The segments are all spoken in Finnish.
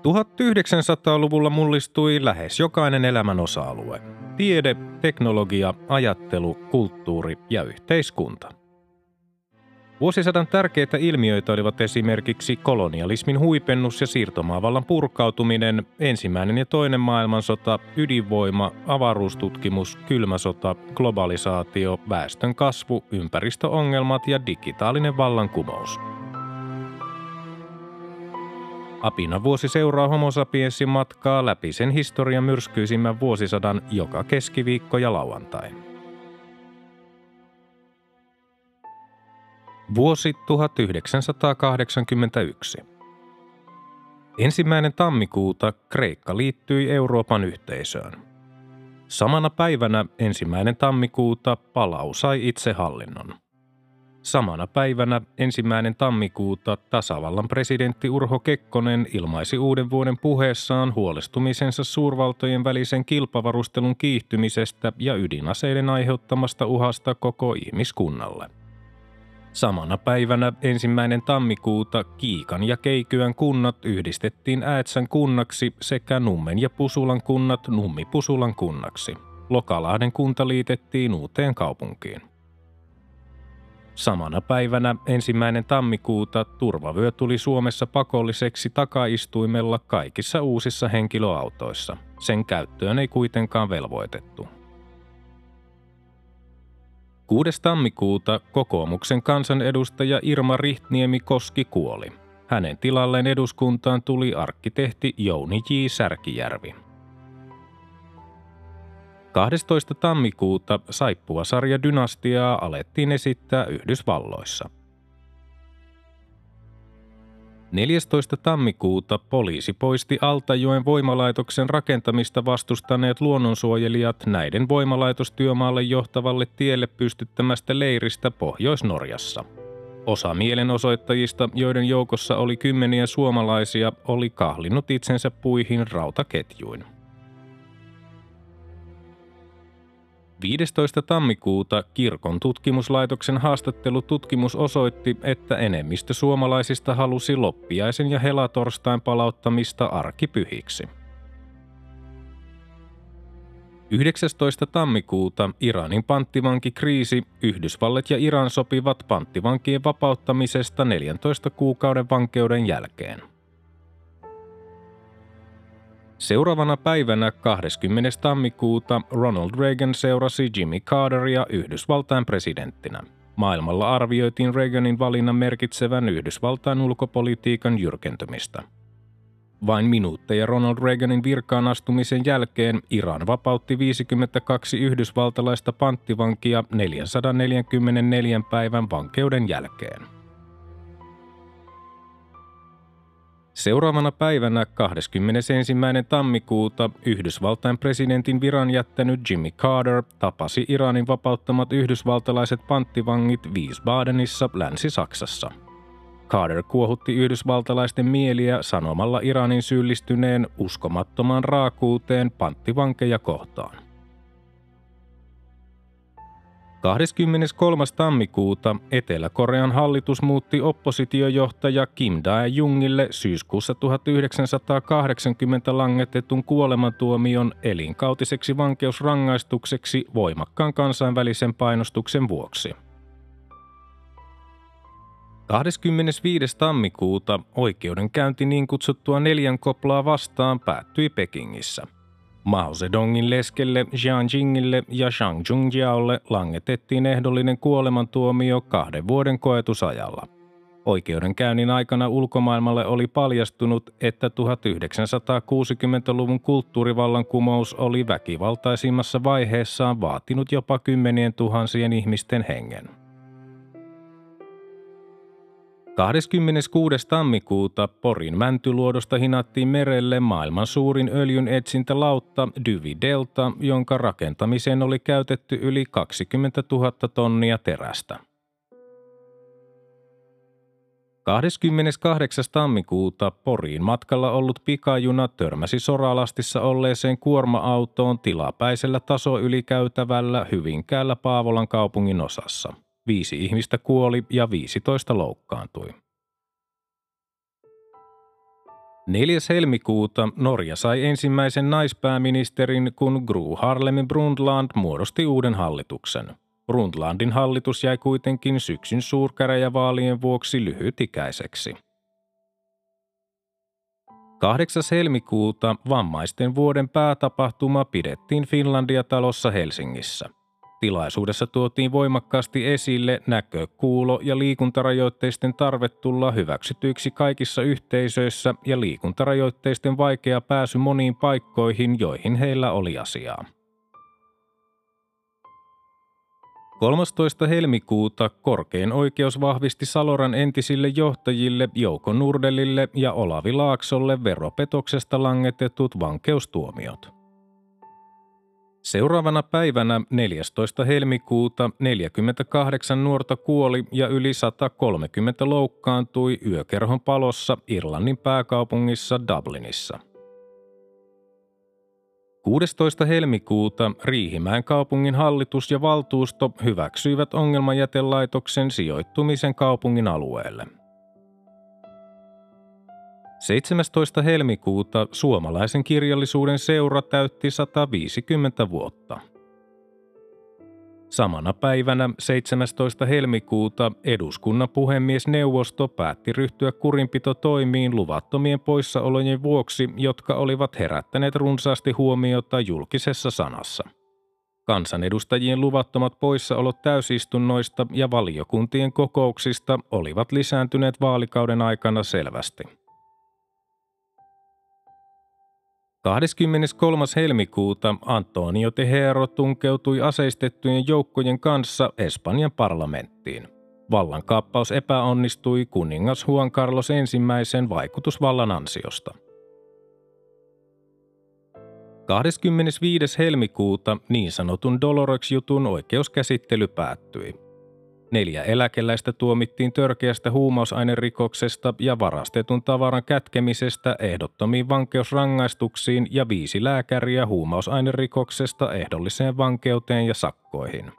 1900-luvulla mullistui lähes jokainen elämän osa-alue. Tiede, teknologia, ajattelu, kulttuuri ja yhteiskunta. Vuosisadan tärkeitä ilmiöitä olivat esimerkiksi kolonialismin huipennus ja siirtomaavallan purkautuminen, ensimmäinen ja toinen maailmansota, ydinvoima, avaruustutkimus, kylmä sota, globalisaatio, väestön kasvu, ympäristöongelmat ja digitaalinen vallankumous. Apinavuosi seuraa Homo sapiensin matkaa läpi sen historian myrskyisimmän vuosisadan joka keskiviikko ja lauantai. Vuosi 1981. 1. tammikuuta Kreikka liittyi Euroopan yhteisöön. Samana päivänä 1. tammikuuta Palau sai itsehallinnon. Samana päivänä 1. tammikuuta tasavallan presidentti Urho Kekkonen ilmaisi uuden vuoden puheessaan huolestumisensa suurvaltojen välisen kilpavarustelun kiihtymisestä ja ydinaseiden aiheuttamasta uhasta koko ihmiskunnalle. Samana päivänä 1. tammikuuta Kiikan ja Keikyän kunnat yhdistettiin Äätsän kunnaksi sekä Nummen ja Pusulan kunnat Nummi-Pusulan kunnaksi. Lokalahden kunta liitettiin uuteen kaupunkiin. Samana päivänä 1. tammikuuta turvavyö tuli Suomessa pakolliseksi takaistuimella kaikissa uusissa henkilöautoissa. Sen käyttöön ei kuitenkaan velvoitettu. 6. tammikuuta kokoomuksen kansanedustaja Irma Rihtniemi-Koski kuoli. Hänen tilalleen eduskuntaan tuli arkkitehti Jouni J. Särkijärvi. 12. tammikuuta Saippua-sarja Dynastiaa alettiin esittää Yhdysvalloissa. 14. tammikuuta poliisi poisti Altajoen voimalaitoksen rakentamista vastustaneet luonnonsuojelijat näiden voimalaitostyömaalle johtavalle tielle pystyttämästä leiristä Pohjois-Norjassa. Osa mielenosoittajista, joiden joukossa oli kymmeniä suomalaisia, oli kahlinut itsensä puihin rautaketjuin. 15. tammikuuta Kirkon tutkimuslaitoksen haastattelututkimus osoitti, että enemmistö suomalaisista halusi loppiaisen ja helatorstain palauttamista arkipyhiksi. 19. tammikuuta Iranin panttivankikriisi, Yhdysvallat ja Iran sopivat panttivankien vapauttamisesta 14 kuukauden vankeuden jälkeen. Seuraavana päivänä 20. tammikuuta Ronald Reagan seurasi Jimmy Carteria Yhdysvaltain presidenttinä. Maailmalla arvioitiin Reaganin valinnan merkitsevän Yhdysvaltain ulkopolitiikan jyrkentymistä. Vain minuutteja Ronald Reaganin virkaan astumisen jälkeen Iran vapautti 52 yhdysvaltalaista panttivankia 444 päivän vankeuden jälkeen. Seuraavana päivänä 21. tammikuuta Yhdysvaltain presidentin viran jättänyt Jimmy Carter tapasi Iranin vapauttamat yhdysvaltalaiset panttivangit Wiesbadenissa Länsi-Saksassa. Carter kuohutti yhdysvaltalaisten mieliä sanomalla Iranin syyllistyneen uskomattomaan raakuuteen panttivankeja kohtaan. 23. tammikuuta Etelä-Korean hallitus muutti oppositiojohtaja Kim Dae-jungille syyskuussa 1980 langetetun kuolemantuomion elinkautiseksi vankeusrangaistukseksi voimakkaan kansainvälisen painostuksen vuoksi. 25. tammikuuta oikeudenkäynti niin kutsuttua neljän koplaa vastaan päättyi Pekingissä. Mao Zedongin leskelle Jiang Jingille ja Zhang Zhongjiaolle langetettiin ehdollinen kuolemantuomio 2 vuoden koetusajalla. Oikeudenkäynnin aikana ulkomaailmalle oli paljastunut, että 1960-luvun kulttuurivallankumous oli väkivaltaisimmassa vaiheessaan vaatinut jopa 10 000 ihmisten hengen. 26. tammikuuta Porin Mäntyluodosta hinattiin merelle maailman suurin öljyn etsintälautta Dyvi Delta, jonka rakentamiseen oli käytetty yli 20 000 tonnia terästä. 28. tammikuuta Poriin matkalla ollut pikajuna törmäsi Soralastissa olleeseen kuorma-autoon tilapäisellä tasoylikäytävällä Hyvinkäällä Paavolan kaupungin osassa. 5 ihmistä kuoli ja 15 loukkaantui. 4. helmikuuta Norja sai ensimmäisen naispääministerin, kun Gro Harlem Brundtland muodosti uuden hallituksen. Brundtlandin hallitus jäi kuitenkin syksyn suurkäräjävaalien vuoksi lyhytikäiseksi. 8. helmikuuta vammaisten vuoden päätapahtuma pidettiin Finlandia-talossa Helsingissä. Tilaisuudessa tuotiin voimakkaasti esille näkö-, kuulo- ja liikuntarajoitteisten tarve tulla hyväksytyiksi kaikissa yhteisöissä ja liikuntarajoitteisten vaikea pääsy moniin paikkoihin, joihin heillä oli asiaa. 13. helmikuuta korkein oikeus vahvisti Saloran entisille johtajille Jouko Nordelille ja Olavi Laaksolle veropetoksesta langetetut vankeustuomiot. Seuraavana päivänä 14. helmikuuta 48 nuorta kuoli ja yli 130 loukkaantui yökerhon palossa Irlannin pääkaupungissa Dublinissa. 16. helmikuuta Riihimäen kaupungin hallitus ja valtuusto hyväksyivät ongelmajätelaitoksen sijoittumisen kaupungin alueelle. 17. helmikuuta Suomalaisen kirjallisuuden seura täytti 150 vuotta. Samana päivänä 17. helmikuuta eduskunnan puhemiesneuvosto päätti ryhtyä kurinpitotoimiin luvattomien poissaolojen vuoksi, jotka olivat herättäneet runsaasti huomiota julkisessa sanassa. Kansanedustajien luvattomat poissaolot täysistunnoista ja valiokuntien kokouksista olivat lisääntyneet vaalikauden aikana selvästi. 23. helmikuuta Antonio Tejero tunkeutui aseistettujen joukkojen kanssa Espanjan parlamenttiin. Vallankaappaus epäonnistui kuningas Juan Carlos I vaikutusvallan ansiosta. 25. helmikuuta niin sanotun Dolores-jutun oikeuskäsittely päättyi. 4 eläkeläistä tuomittiin törkeästä huumausainerikoksesta ja varastetun tavaran kätkemisestä ehdottomiin vankeusrangaistuksiin ja 5 lääkäriä huumausainerikoksesta ehdolliseen vankeuteen ja sakkoihin.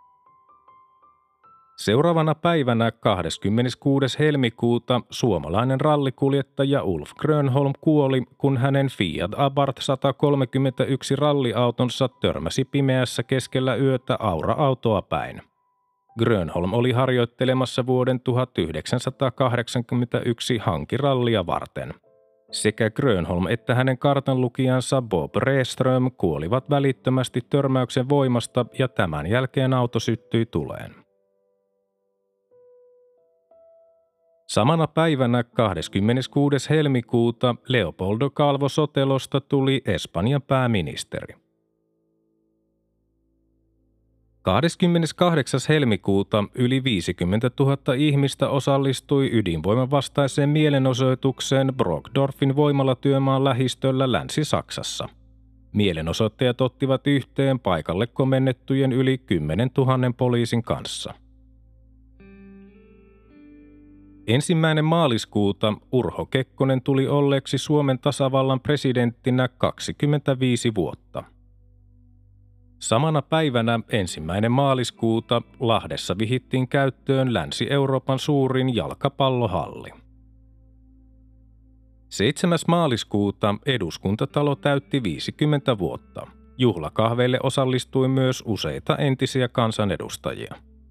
Seuraavana päivänä 26. helmikuuta suomalainen rallikuljettaja Ulf Grönholm kuoli, kun hänen Fiat Abarth 131 ralliautonsa törmäsi pimeässä keskellä yötä Aura-autoa päin. Grönholm oli harjoittelemassa vuoden 1981 hankirallia varten. Sekä Grönholm että hänen kartanlukijansa Bob Reström kuolivat välittömästi törmäyksen voimasta ja tämän jälkeen auto syttyi tuleen. Samana päivänä 26. helmikuuta Leopoldo Calvo Sotelosta tuli Espanjan pääministeri. 28. helmikuuta yli 50 000 ihmistä osallistui ydinvoiman vastaiseen mielenosoitukseen Brockdorfin voimalatyömaan lähistöllä Länsi-Saksassa. Mielenosoittajat ottivat yhteen paikalle komennettujen yli 10 000 poliisin kanssa. 1. maaliskuuta Urho Kekkonen tuli olleeksi Suomen tasavallan presidenttinä 25 vuotta. Samana päivänä 1. maaliskuuta Lahdessa vihittiin käyttöön Länsi-Euroopan suurin jalkapallohalli. 7. maaliskuuta Eduskuntatalo täytti 50 vuotta. Juhlakahveille osallistui myös useita entisiä kansanedustajia.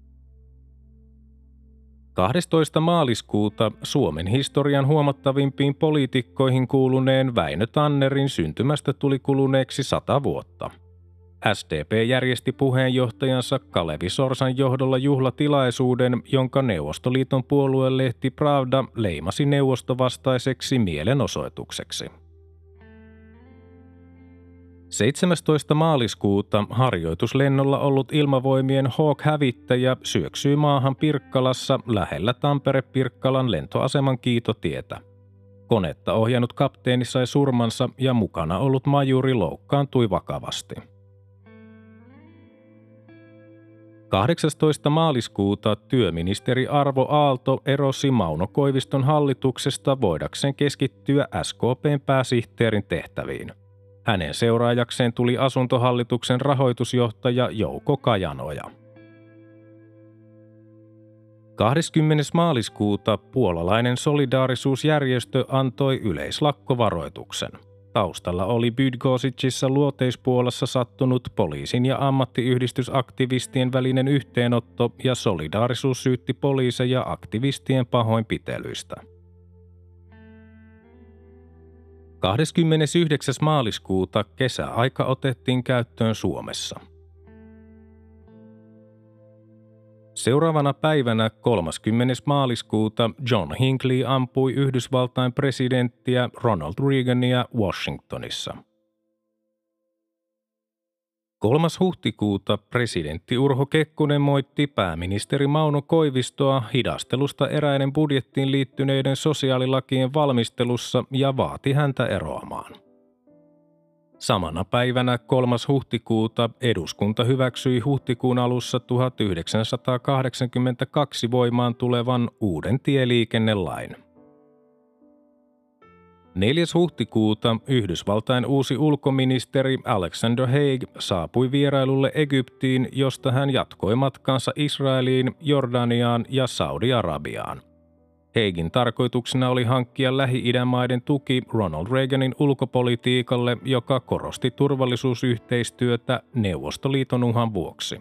12. maaliskuuta Suomen historian huomattavimpiin poliitikkoihin kuuluneen Väinö Tannerin syntymästä tuli kuluneeksi 100 vuotta. SDP järjesti puheenjohtajansa Kalevi Sorsan johdolla juhlatilaisuuden, jonka Neuvostoliiton puoluelehti Pravda leimasi neuvostovastaiseksi mielenosoitukseksi. 17. maaliskuuta harjoituslennolla ollut ilmavoimien Hawk-hävittäjä syöksyi maahan Pirkkalassa lähellä Tampere-Pirkkalan lentoaseman kiitotietä. Konetta ohjannut kapteeni sai surmansa ja mukana ollut majuri loukkaantui vakavasti. 18. maaliskuuta työministeri Arvo Aalto erosi Mauno Koiviston hallituksesta voidakseen keskittyä SKP:n pääsihteerin tehtäviin. Hänen seuraajakseen tuli asuntohallituksen rahoitusjohtaja Jouko Kajanoja. 20. maaliskuuta puolalainen solidaarisuusjärjestö antoi yleislakkovaroituksen. Taustalla oli Bydgosicissa Luoteispuolassa sattunut poliisin ja ammattiyhdistysaktivistien välinen yhteenotto ja solidaarisuus syytti poliiseja aktivistien pahoinpitelyistä. 29. maaliskuuta kesäaika otettiin käyttöön Suomessa. Seuraavana päivänä 30. maaliskuuta John Hinckley ampui Yhdysvaltain presidenttiä Ronald Reagania Washingtonissa. 3. huhtikuuta presidentti Urho Kekkonen moitti pääministeri Mauno Koivistoa hidastelusta eräiden budjettiin liittyneiden sosiaalilakien valmistelussa ja vaati häntä eroamaan. Samana päivänä 3. huhtikuuta eduskunta hyväksyi huhtikuun alussa 1982 voimaan tulevan uuden tieliikennelain. 4. huhtikuuta Yhdysvaltain uusi ulkoministeri Alexander Haig saapui vierailulle Egyptiin, josta hän jatkoi matkaansa Israeliin, Jordaniaan ja Saudi-Arabiaan. Haigin tarkoituksena oli hankkia Lähi-idän maiden tuki Ronald Reaganin ulkopolitiikalle, joka korosti turvallisuusyhteistyötä Neuvostoliiton uhan vuoksi.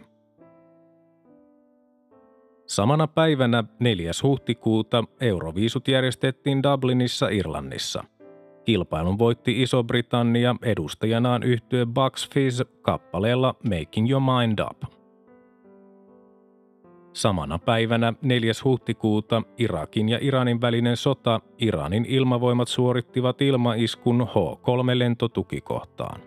Samana päivänä 4. huhtikuuta Euroviisut järjestettiin Dublinissa Irlannissa. Kilpailun voitti Iso-Britannia edustajanaan yhtye Bucks Fizz kappaleella Making Your Mind Up. Samana päivänä 4. huhtikuuta Irakin ja Iranin välinen sota, Iranin ilmavoimat suorittivat ilmaiskun H-3-lentotukikohtaan.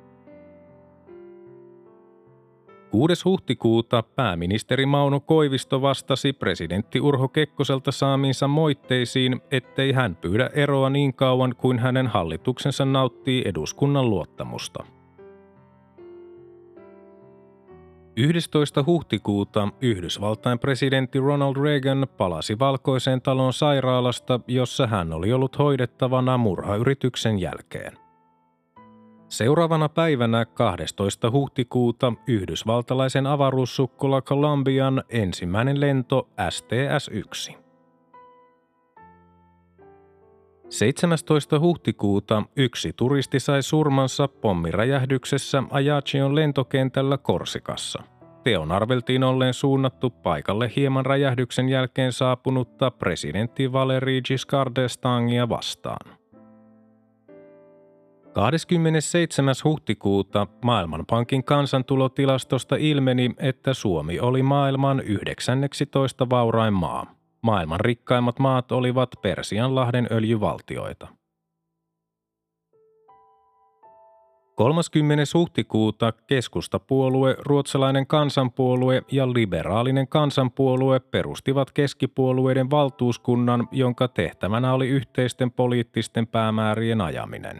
6. huhtikuuta pääministeri Mauno Koivisto vastasi presidentti Urho Kekkoselta saamiinsa moitteisiin, ettei hän pyydä eroa niin kauan kuin hänen hallituksensa nauttii eduskunnan luottamusta. 11. huhtikuuta Yhdysvaltain presidentti Ronald Reagan palasi Valkoiseen talon sairaalasta, jossa hän oli ollut hoidettavana murhayrityksen jälkeen. Seuraavana päivänä 12. huhtikuuta yhdysvaltalaisen avaruussukkula Columbian ensimmäinen lento STS-1. 17. huhtikuuta yksi turisti sai surmansa pommiräjähdyksessä Ajaccion lentokentällä Korsikassa. Teon arveltiin olleen suunnattu paikalle hieman räjähdyksen jälkeen saapunutta presidentti Valéry Giscard d'Estaingia vastaan. 27. huhtikuuta Maailmanpankin kansantulotilastosta ilmeni, että Suomi oli maailman 19. vaurain maa. Maailman rikkaimmat maat olivat Persianlahden öljyvaltioita. 30. huhtikuuta keskustapuolue, ruotsalainen kansanpuolue ja liberaalinen kansanpuolue perustivat keskipuolueiden valtuuskunnan, jonka tehtävänä oli yhteisten poliittisten päämäärien ajaminen.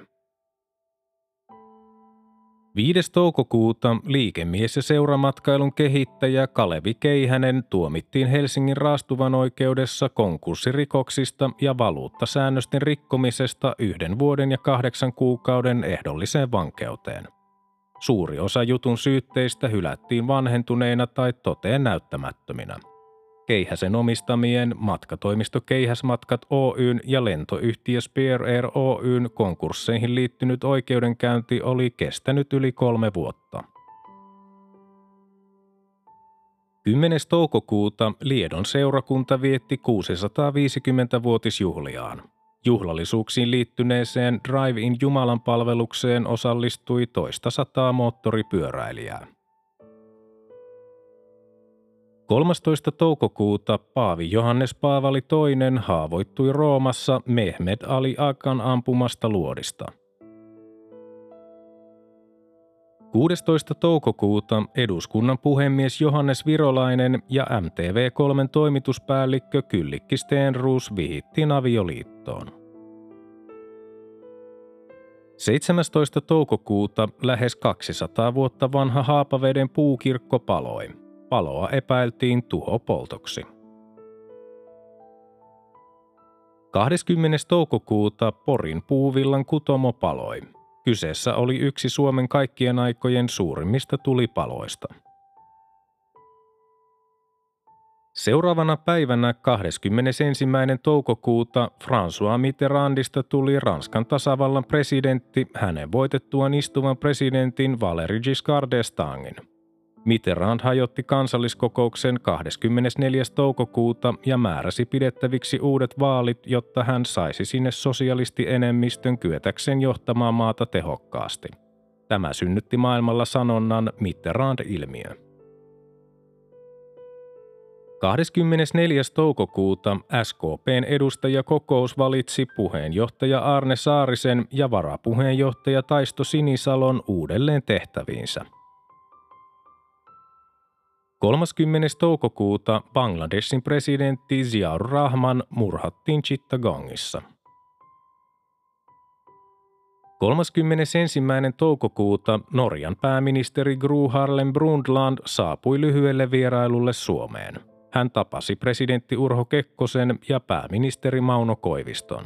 5. toukokuuta liikemies ja seuramatkailun kehittäjä Kalevi Keihänen tuomittiin Helsingin raastuvan oikeudessa konkurssirikoksista ja valuuttasäännösten rikkomisesta 1 vuoden ja 8 kuukauden ehdolliseen vankeuteen. Suuri osa jutun syytteistä hylättiin vanhentuneina tai toteen näyttämättöminä. Keihäsen omistamien Matkatoimisto Keihäsmatkat Oyn ja lentoyhtiö Spear Air Oyn konkursseihin liittynyt oikeudenkäynti oli kestänyt yli 3 vuotta. 10. toukokuuta Liedon seurakunta vietti 650-vuotisjuhliaan. Juhlallisuuksiin liittyneeseen Drive-in Jumalanpalvelukseen osallistui toista sataa moottoripyöräilijää. 13. toukokuuta paavi Johannes Paavali II haavoittui Roomassa Mehmed Ali Agan ampumasta luodista. 16. toukokuuta eduskunnan puhemies Johannes Virolainen ja MTV3 toimituspäällikkö Kyllikki Stenroos vihittiin avioliittoon. 17. toukokuuta lähes 200 vuotta vanha Haapaveden puukirkko paloi. Paloa epäiltiin tuhopoltoksi. 20. toukokuuta Porin puuvillan kutomo paloi. Kyseessä oli yksi Suomen kaikkien aikojen suurimmista tulipaloista. Seuraavana päivänä 21. toukokuuta François Mitterrandista tuli Ranskan tasavallan presidentti hänen voitettuaan istuvan presidentin Valéry Giscard d'Estaingin. Mitterrand hajotti kansalliskokouksen 24. toukokuuta ja määräsi pidettäviksi uudet vaalit, jotta hän saisi sinne sosialistienemmistön kyetäkseen johtamaan maata tehokkaasti. Tämä synnytti maailmalla sanonnan Mitterrand-ilmiö. 24. toukokuuta SKP:n edustajakokous valitsi puheenjohtaja Arne Saarisen ja varapuheenjohtaja Taisto Sinisalon uudelleen tehtäviinsä. 30. toukokuuta Bangladeshin presidentti Ziaur Rahman murhattiin Chittagongissa. 31. toukokuuta Norjan pääministeri Gro Harlem Brundtland saapui lyhyelle vierailulle Suomeen. Hän tapasi presidentti Urho Kekkosen ja pääministeri Mauno Koiviston.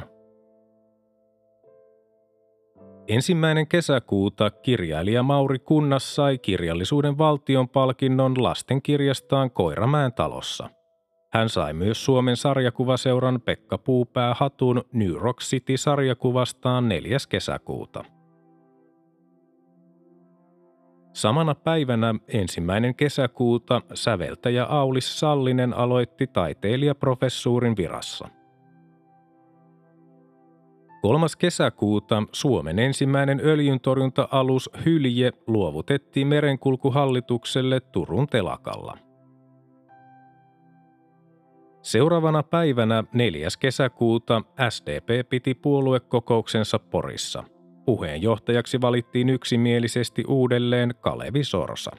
1. kesäkuuta kirjailija Mauri Kunnas sai kirjallisuuden valtionpalkinnon lastenkirjastaan Koiramäen talossa. Hän sai myös Suomen sarjakuvaseuran Pekka Puupää hatun New Rock City-sarjakuvastaan 4. kesäkuuta. Samana päivänä 1. kesäkuuta säveltäjä Aulis Sallinen aloitti taiteilijaprofessuurin virassa. 3. kesäkuuta Suomen ensimmäinen öljyntorjunta-alus Hylje luovutettiin Merenkulkuhallitukselle Turun telakalla. Seuraavana päivänä 4. kesäkuuta SDP piti puoluekokouksensa Porissa. Puheenjohtajaksi valittiin yksimielisesti uudelleen Kalevi Sorsa.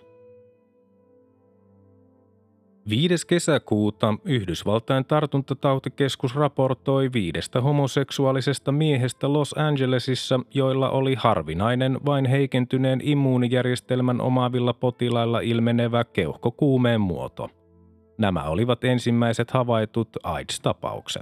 5. kesäkuuta Yhdysvaltain tartuntatautikeskus raportoi 5 homoseksuaalisesta miehestä Los Angelesissa, joilla oli harvinainen vain heikentyneen immuunijärjestelmän omaavilla potilailla ilmenevä keuhkokuumeen muoto. Nämä olivat ensimmäiset havaitut AIDS-tapaukset.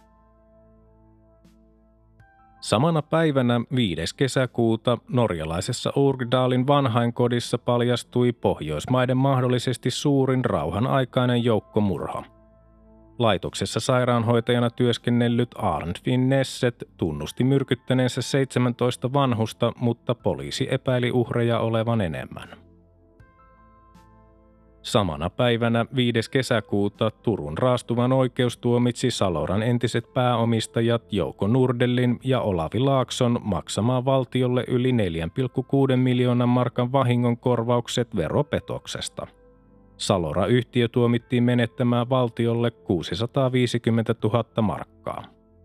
Samana päivänä 5. kesäkuuta norjalaisessa Urgdalin vanhainkodissa paljastui Pohjoismaiden mahdollisesti suurin rauhanaikainen joukkomurha. Laitoksessa sairaanhoitajana työskennellyt Arnfinn Nesset tunnusti myrkyttäneensä 17 vanhusta, mutta poliisi epäili uhreja olevan enemmän. Samana päivänä 5. kesäkuuta Turun raastuvan oikeus tuomitsi Saloran entiset pääomistajat Jouko Nurdellin ja Olavi Laakson maksamaan valtiolle yli 4,6 miljoonan markan vahingonkorvaukset veropetoksesta. Salora-yhtiö tuomittiin menettämään valtiolle 650 000 markkaa.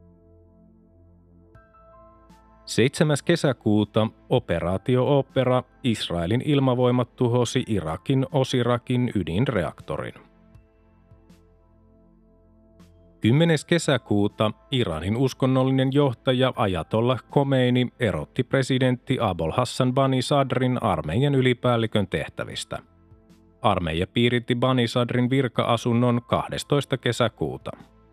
7. kesäkuuta Operaatio Opera Israelin ilmavoimat tuhosi Irakin Osirakin ydinreaktorin. 10. kesäkuuta Iranin uskonnollinen johtaja Ajatollah Khomeini erotti presidentti Abol Hassan Bani Sadrin armeijan ylipäällikön tehtävistä. Armeija piiritti Bani Sadrin virka-asunnon 12. kesäkuuta.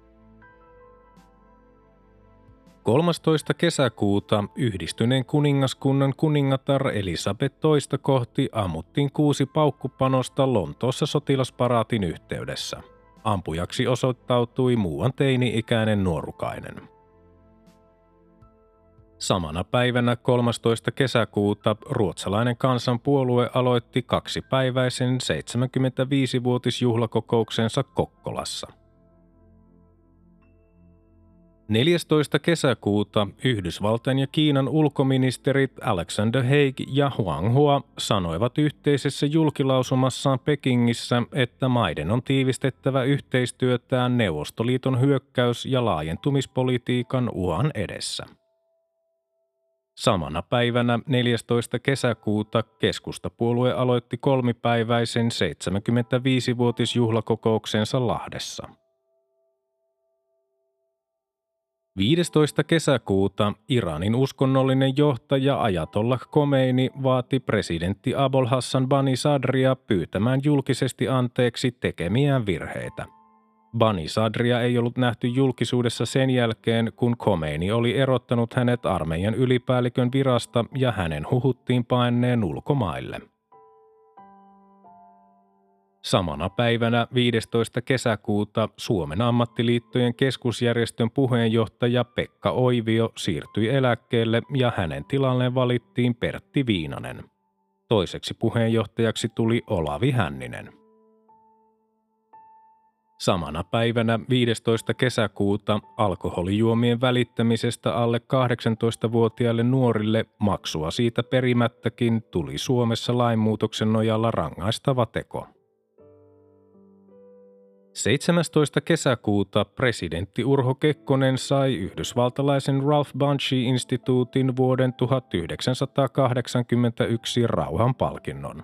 13. kesäkuuta Yhdistyneen kuningaskunnan kuningatar Elisabeth II kohti ammuttiin 6 paukkupanosta Lontoossa sotilasparaatin yhteydessä. Ampujaksi osoittautui muuan teini-ikäinen nuorukainen. Samana päivänä 13. kesäkuuta ruotsalainen kansanpuolue aloitti 2-päiväisen 75-vuotisjuhlakokouksensa Kokkolassa. 14. kesäkuuta Yhdysvaltain ja Kiinan ulkoministerit Alexander Haig ja Huang Hua sanoivat yhteisessä julkilausumassaan Pekingissä, että maiden on tiivistettävä yhteistyötään Neuvostoliiton hyökkäys- ja laajentumispolitiikan uhan edessä. Samana päivänä 14. kesäkuuta keskustapuolue aloitti 3-päiväisen 75-vuotisjuhlakokouksensa Lahdessa. 15. kesäkuuta Iranin uskonnollinen johtaja Ajatollah Khomeini vaati presidentti Abol Hassan Bani Sadria pyytämään julkisesti anteeksi tekemiään virheitä. Bani Sadria ei ollut nähty julkisuudessa sen jälkeen, kun Khomeini oli erottanut hänet armeijan ylipäällikön virasta ja hänen huhuttiin paenneen ulkomaille. Samana päivänä 15. kesäkuuta Suomen ammattiliittojen keskusjärjestön puheenjohtaja Pekka Oivio siirtyi eläkkeelle ja hänen tilalleen valittiin Pertti Viinanen. Toiseksi puheenjohtajaksi tuli Olavi Hänninen. Samana päivänä 15. kesäkuuta alkoholijuomien välittämisestä alle 18-vuotiaille nuorille maksua siitä perimättäkin tuli Suomessa lainmuutoksen nojalla rangaistava teko. 17. kesäkuuta presidentti Urho Kekkonen sai yhdysvaltalaisen Ralph Bunche-instituutin vuoden 1981 rauhanpalkinnon.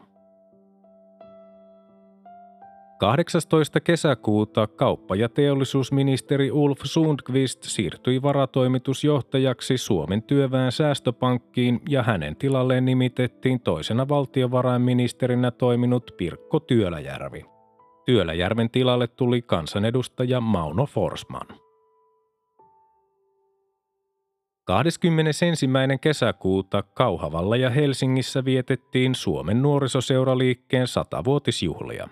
18. kesäkuuta kauppa- ja teollisuusministeri Ulf Sundqvist siirtyi varatoimitusjohtajaksi Suomen työväen säästöpankkiin ja hänen tilalleen nimitettiin toisena valtiovarainministerinä toiminut Pirkko Työläjärvi. Työläjärven tilalle tuli kansanedustaja Mauno Forsman. 21. kesäkuuta Kauhavalla ja Helsingissä vietettiin Suomen nuorisoseuraliikkeen 100-vuotisjuhlia.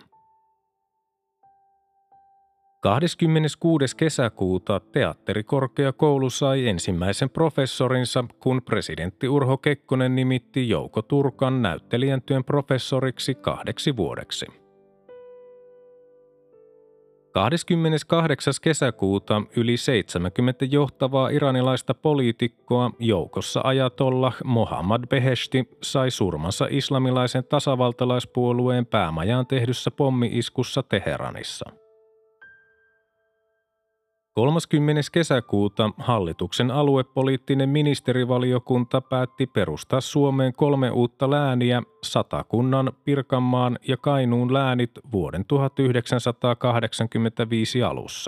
26. kesäkuuta Teatterikorkeakoulu sai ensimmäisen professorinsa, kun presidentti Urho Kekkonen nimitti Jouko Turkan näyttelijän työn professoriksi 2 vuodeksi. 28. kesäkuuta yli 70 johtavaa iranilaista poliitikkoa, joukossa ajatollah Mohammad Beheshti, sai surmansa islamilaisen tasavaltalaispuolueen päämajaan tehdyssä pommi-iskussa Teheranissa. 30. kesäkuuta hallituksen aluepoliittinen ministerivaliokunta päätti perustaa Suomeen 3 uutta lääniä, Satakunnan, Pirkanmaan ja Kainuun läänit vuoden 1985 alussa.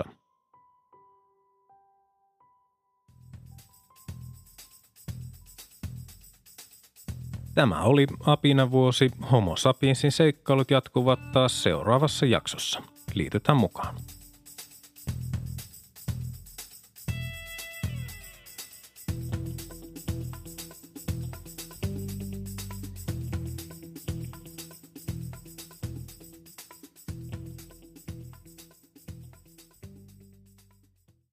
Tämä oli Apina-vuosi. Homo sapiensin seikkailut jatkuvat taas seuraavassa jaksossa. Liitytään mukaan.